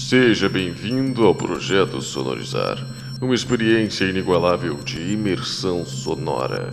Seja bem-vindo ao Projeto Sonorizar, uma experiência inigualável de imersão sonora.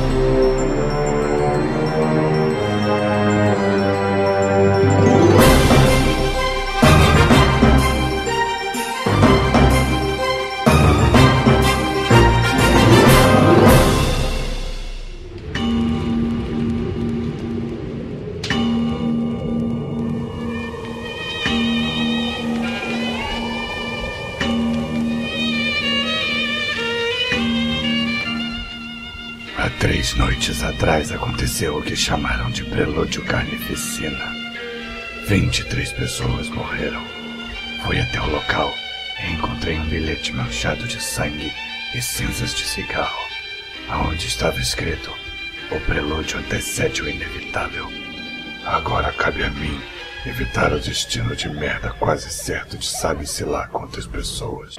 Há 3 noites atrás aconteceu o que chamaram de Prelúdio Carnificina. 23 pessoas morreram. Fui até o local e encontrei um bilhete manchado de sangue e cinzas de cigarro, aonde estava escrito: o prelúdio antecede o inevitável. Agora cabe a mim evitar o destino de merda quase certo de sabe-se lá quantas pessoas.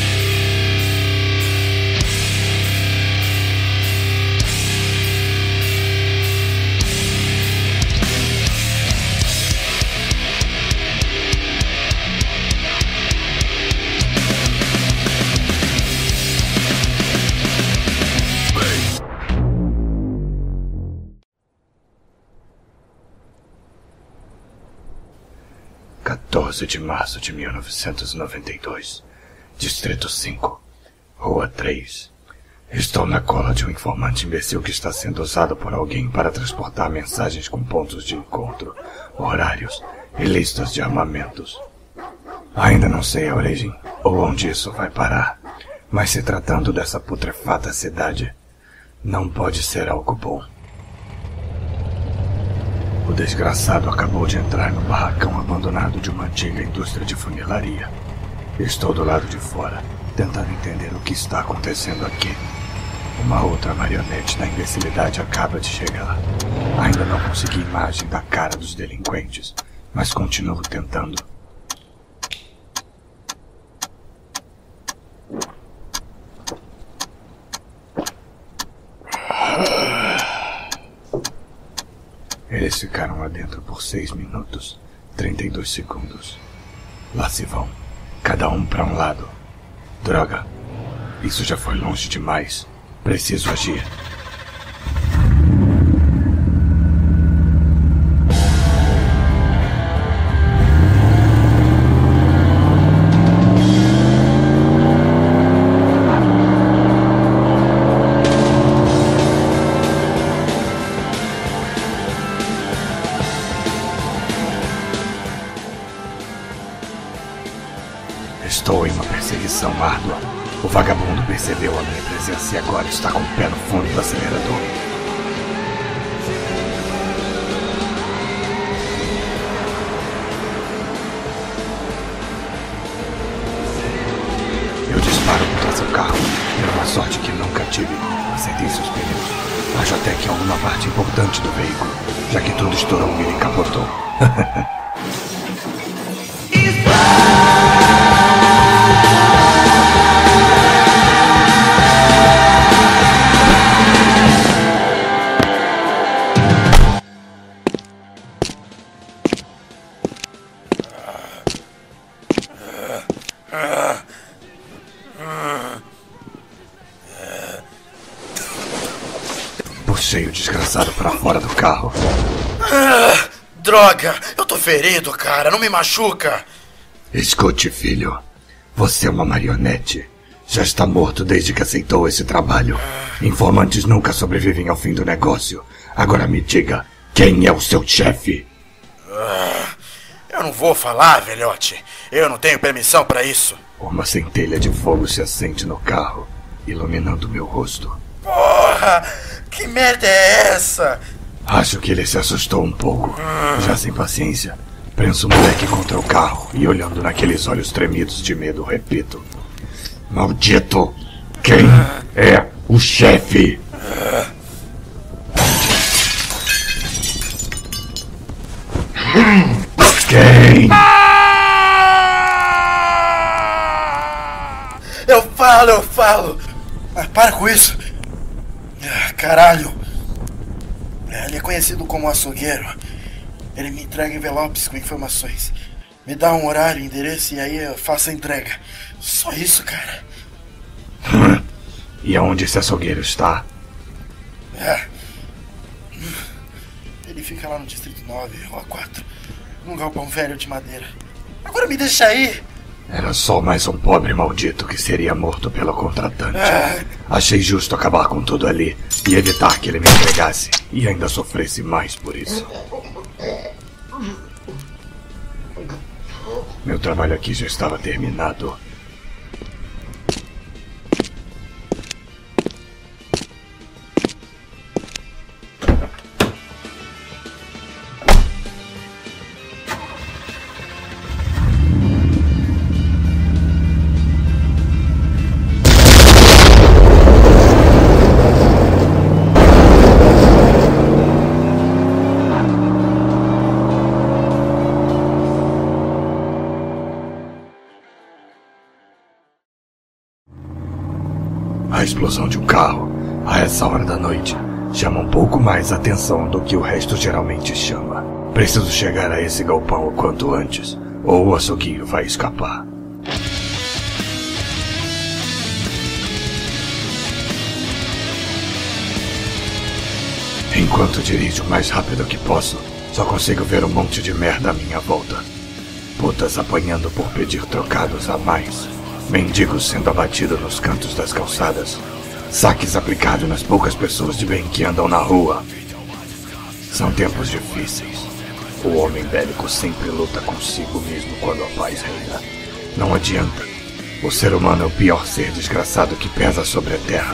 De março de 1992, Distrito 5, Rua 3. Estou na cola de um informante imbecil que está sendo usado por alguém para transportar mensagens com pontos de encontro, horários e listas de armamentos. Ainda não sei a origem ou onde isso vai parar, mas se tratando dessa putrefata cidade, não pode ser algo bom. O desgraçado acabou de entrar no barracão abandonado de uma antiga indústria de funilaria. Estou do lado de fora, tentando entender o que está acontecendo aqui. Uma outra marionete da imbecilidade acaba de chegar. Ainda não consegui imagem da cara dos delinquentes, mas continuo tentando. Eles ficaram lá dentro por 6 minutos, 32 segundos. Lá se vão, cada um para um lado. Droga, isso já foi longe demais. Preciso agir. Estou em uma perseguição árdua. O vagabundo percebeu a minha presença e agora está com o pé no fundo do acelerador. Eu disparo contra seu carro. É uma sorte que nunca tive. Acertei seus pneus. Acho até que é alguma parte importante do veículo, já que tudo estourou e ele capotou. Puxei o desgraçado pra fora do carro. Droga! Eu tô ferido, cara! Não me machuca! Escute, filho. Você é uma marionete. Já está morto desde que aceitou esse trabalho. Informantes nunca sobrevivem ao fim do negócio. Agora me diga, quem é o seu chefe? Eu não vou falar, velhote. Eu não tenho permissão pra isso. Uma centelha de fogo se acende no carro, iluminando meu rosto. Porra! Que merda é essa? Acho que ele se assustou um pouco. Já sem paciência, prenso o moleque contra o carro e olhando naqueles olhos tremidos de medo, repito: maldito! Quem é o chefe? Quem? Eu falo! Para com isso! Caralho! Ele é conhecido como açougueiro. Ele me entrega envelopes com informações. Me dá um horário, endereço e aí eu faço a entrega. Só isso, cara. E aonde esse açougueiro está? Ele fica lá no Distrito 9, Rua 4. Num galpão velho de madeira. Agora me deixa aí! Era só mais um pobre maldito que seria morto pelo contratante. Achei justo acabar com tudo ali e evitar que ele me entregasse e ainda sofresse mais por isso. Meu trabalho aqui já estava terminado. A explosão de um carro, a essa hora da noite, chama um pouco mais atenção do que o resto geralmente chama. Preciso chegar a esse galpão o quanto antes, ou o açougueiro vai escapar. Enquanto dirijo o mais rápido que posso, só consigo ver um monte de merda à minha volta. Putas apanhando por pedir trocados a mais. Mendigos sendo abatidos nos cantos das calçadas. Saques aplicados nas poucas pessoas de bem que andam na rua. São tempos difíceis. O homem bélico sempre luta consigo mesmo quando a paz reina. Não adianta. O ser humano é o pior ser desgraçado que pesa sobre a terra.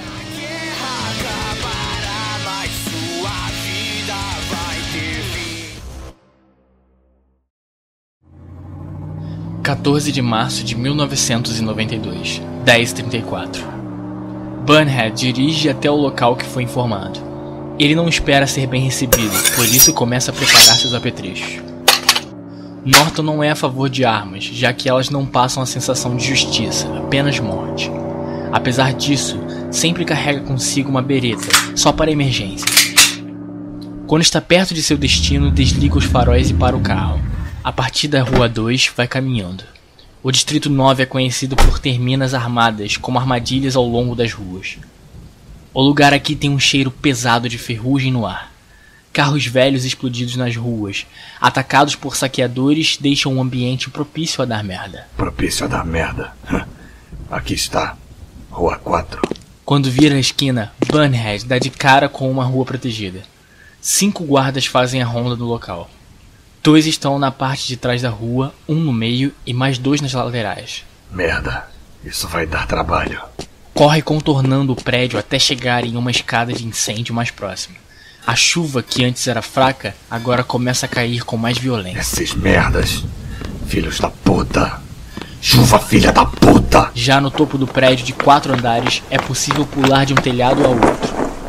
– 14 de março de 1992, 10h34. Burnhead dirige até o local que foi informado. Ele não espera ser bem recebido, por isso começa a preparar seus apetrechos. Norton não é a favor de armas, já que elas não passam a sensação de justiça, apenas morte. Apesar disso, sempre carrega consigo uma bereta, só para emergências. Quando está perto de seu destino, desliga os faróis e para o carro. A partir da Rua 2, vai caminhando. O Distrito 9 é conhecido por ter minas armadas como armadilhas ao longo das ruas. O lugar aqui tem um cheiro pesado de ferrugem no ar. Carros velhos explodidos nas ruas, atacados por saqueadores, deixam um ambiente propício a dar merda. Propício a dar merda? Aqui está, Rua 4. Quando vira a esquina, Burnhead dá de cara com uma rua protegida. 5 guardas fazem a ronda no local. 2 estão na parte de trás da rua, 1 no meio e mais 2 nas laterais. Merda, isso vai dar trabalho. Corre contornando o prédio até chegar em uma escada de incêndio mais próxima. A chuva, que antes era fraca, agora começa a cair com mais violência. Esses merdas, filhos da puta. Chuva, filha da puta! Já no topo do prédio de 4 andares, é possível pular de um telhado ao outro.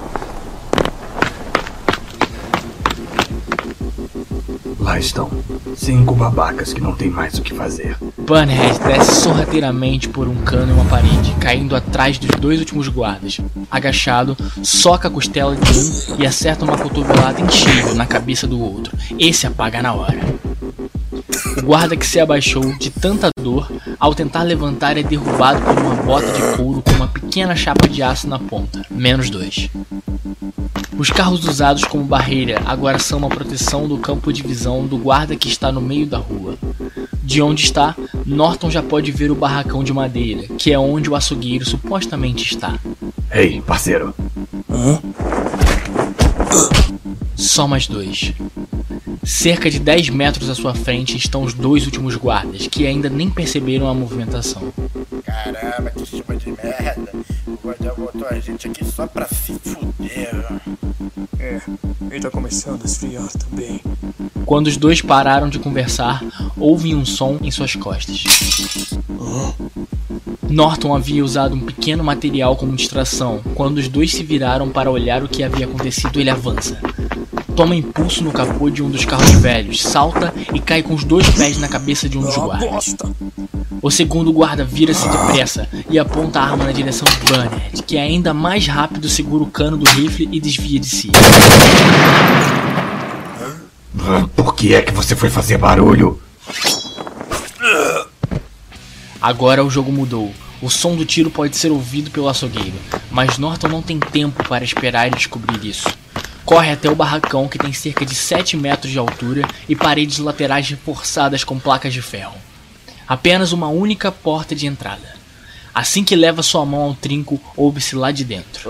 Lá estão, 5 babacas que não tem mais o que fazer. Burnhead desce sorrateiramente por um cano em uma parede, caindo atrás dos 2 últimos guardas. Agachado, soca a costela de um e acerta uma cotovelada em cheio na cabeça do outro. Esse apaga na hora. O guarda que se abaixou de tanta dor, ao tentar levantar, é derrubado por uma bota de couro com uma pequena chapa de aço na ponta. Menos 2. Os carros usados como barreira agora são uma proteção do campo de visão do guarda que está no meio da rua. De onde está, Norton já pode ver o barracão de madeira, que é onde o açougueiro supostamente está. Ei, parceiro. Só mais 2. Cerca de 10 metros à sua frente estão os 2 últimos guardas, que ainda nem perceberam a movimentação. Caramba, que chuva de merda. O guardião botou a gente aqui só pra se fuder. E tá começando a esfriar também. Quando os 2 pararam de conversar, ouvem um som em suas costas. Norton havia usado um pequeno material como distração. Quando os 2 se viraram para olhar o que havia acontecido, ele avança. Toma impulso no capô de um dos carros velhos, salta e cai com os 2 pés na cabeça de um dos guardas. O segundo guarda vira-se depressa e aponta a arma na direção de Burnhead, que ainda mais rápido segura o cano do rifle e desvia de si. Por que é que você foi fazer barulho? Agora o jogo mudou. O som do tiro pode ser ouvido pelo açougueiro, mas Norton não tem tempo para esperar e descobrir isso. Corre até o barracão, que tem cerca de 7 metros de altura e paredes laterais reforçadas com placas de ferro. Apenas uma única porta de entrada. Assim que leva sua mão ao trinco, ouve-se lá de dentro: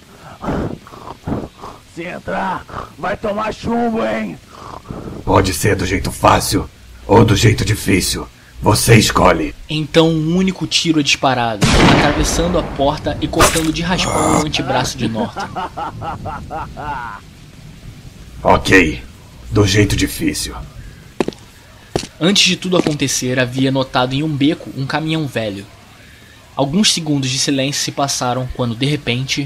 Se entrar, vai tomar chumbo, hein? Pode ser do jeito fácil ou do jeito difícil. Você escolhe. Então um único tiro é disparado, atravessando a porta e cortando de raspão o antebraço de Norton. Ok, do jeito difícil. Antes de tudo acontecer, havia notado em um beco um caminhão velho. Alguns segundos de silêncio se passaram quando, de repente...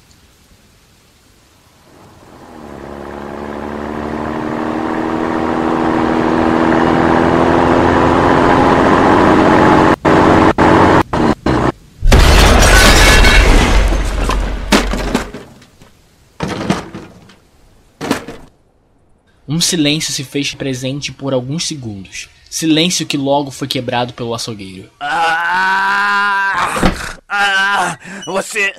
Um silêncio se fez presente por alguns segundos. Silêncio que logo foi quebrado pelo açougueiro. Você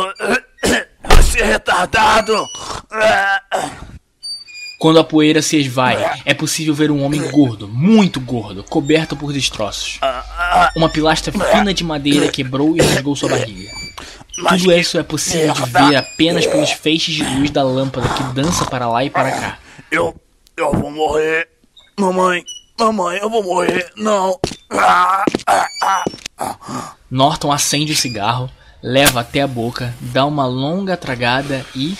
é retardado! Quando a poeira se esvai, é possível ver um homem gordo, muito gordo, coberto por destroços. Uma pilastra fina de madeira quebrou e rasgou sua barriga. Tudo isso é possível de ver apenas pelos feixes de luz da lâmpada que dança para lá e para cá. Eu vou morrer. Mamãe, eu vou morrer. Não. Norton acende o cigarro, leva até a boca, dá uma longa tragada e...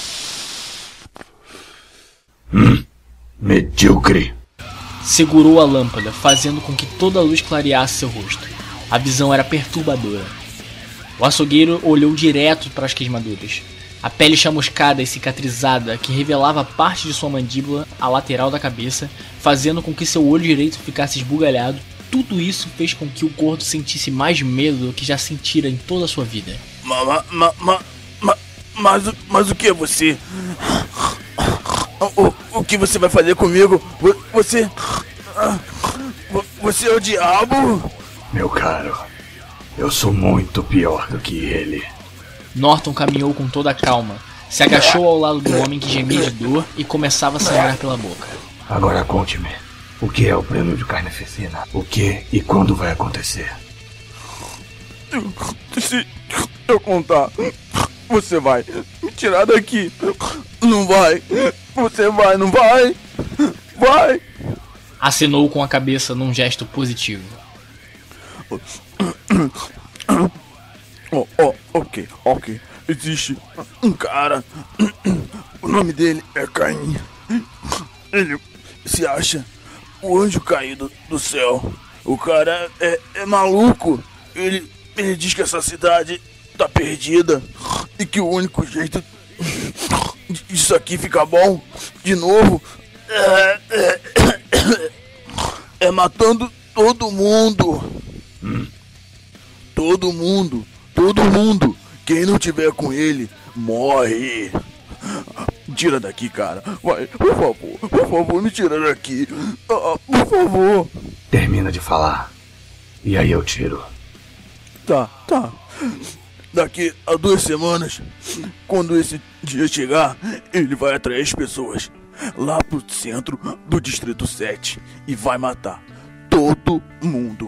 Medíocre. Segurou a lâmpada, fazendo com que toda a luz clareasse seu rosto. A visão era perturbadora. O açougueiro olhou direto para as queimaduras. A pele chamuscada e cicatrizada que revelava parte de sua mandíbula, a lateral da cabeça, fazendo com que seu olho direito ficasse esbugalhado. Tudo isso fez com que o gordo sentisse mais medo do que já sentira em toda a sua vida. Mas o que é você? O que você vai fazer comigo? Você é o diabo? Meu caro, eu sou muito pior do que ele. Norton caminhou com toda a calma, se agachou ao lado do homem que gemia de dor e começava a sangrar pela boca. Agora conte-me, o que é o prelúdio carnificina? O que e quando vai acontecer? Se eu contar, você vai me tirar daqui. Não vai. Você vai, não vai? Vai. Acenou com a cabeça num gesto positivo. Ok. Existe um cara. O nome dele é Caim. Ele se acha o anjo caído do céu. O cara é maluco. Ele diz que essa cidade tá perdida e que o único jeito disso aqui ficar bom de novo é matando todo mundo. Todo mundo. Quem não tiver com ele, morre. Tira daqui, cara. Vai, por favor, me tira daqui. Por favor. Termina de falar. E aí eu tiro. Tá. Daqui a 2 semanas, quando esse dia chegar, ele vai atrair as pessoas lá pro centro do Distrito 7 e vai matar todo mundo.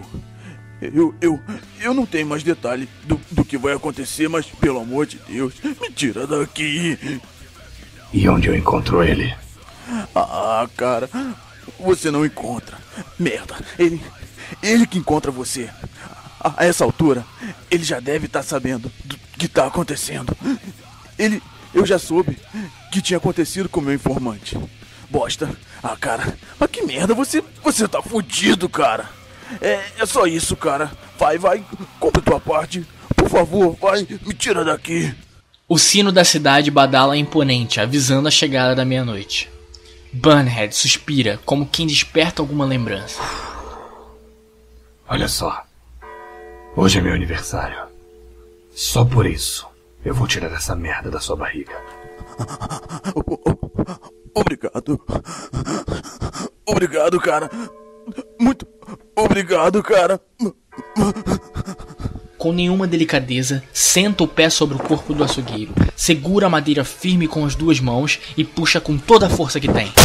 Eu não tenho mais detalhe do que vai acontecer, mas pelo amor de Deus, me tira daqui. E onde eu encontro ele? Cara, você não encontra. Merda, ele que encontra você. A essa altura, ele já deve estar sabendo do que está acontecendo. Eu já soube que tinha acontecido com o meu informante. Bosta. Cara, mas que merda, você tá fudido, cara. É só isso, cara. Vai, compre tua parte. Por favor, vai, me tira daqui. O sino da cidade badala imponente, avisando a chegada da meia-noite. Burnhead suspira, como quem desperta alguma lembrança. Olha só. Hoje é meu aniversário. Só por isso, eu vou tirar essa merda da sua barriga. Obrigado. Obrigado, cara. Muito obrigado, cara. Com nenhuma delicadeza, senta o pé sobre o corpo do açougueiro, segura a madeira firme com as duas mãos e puxa com toda a força que tem.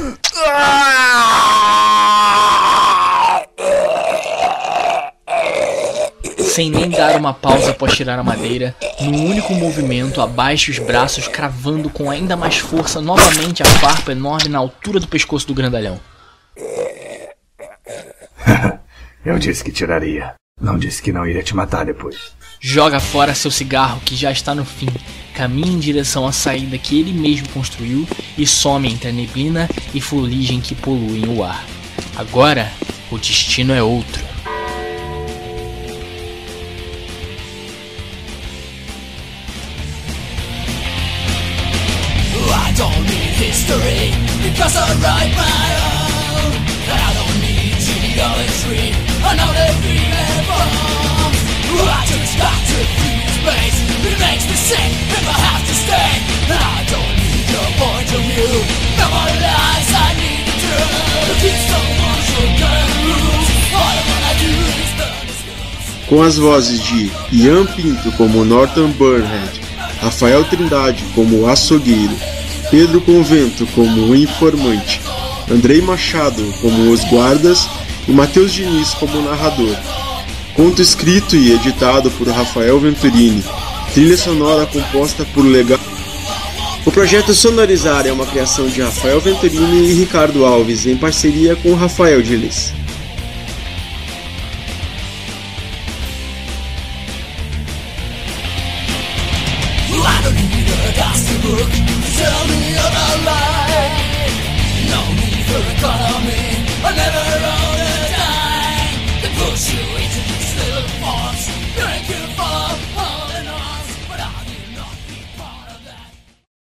Sem nem dar uma pausa após tirar a madeira, num único movimento abaixa os braços, cravando com ainda mais força novamente a farpa enorme na altura do pescoço do grandalhão. Eu disse que tiraria. Não disse que não iria te matar depois. Joga fora seu cigarro, que já está no fim, caminha em direção à saída que ele mesmo construiu e some entre a neblina e fuligem que poluem o ar. Agora, o destino é outro. I don't need history because I write my own. I don't need geometry, I know the feeling from. I just got to feel space, it makes me sick if I have to stay. I don't need your point of view, no more lies I need to do. Keep someone forgetting rules, all I wanna do is burn the schools. Com as vozes de Ian Pinto como Norton Burnhead, Rafael Trindade como Açougueiro, Pedro Convento como o Informante, Andrei Machado como Os Guardas e Matheus Diniz como narrador. Conto escrito e editado por Rafael Venturini. Trilha sonora composta por Legal. O projeto Sonorizar é uma criação de Rafael Venturini e Ricardo Alves, em parceria com Rafael Diniz. I don't need a dusty book to tell me about life. No need for economy, I never own a dime. The bullshit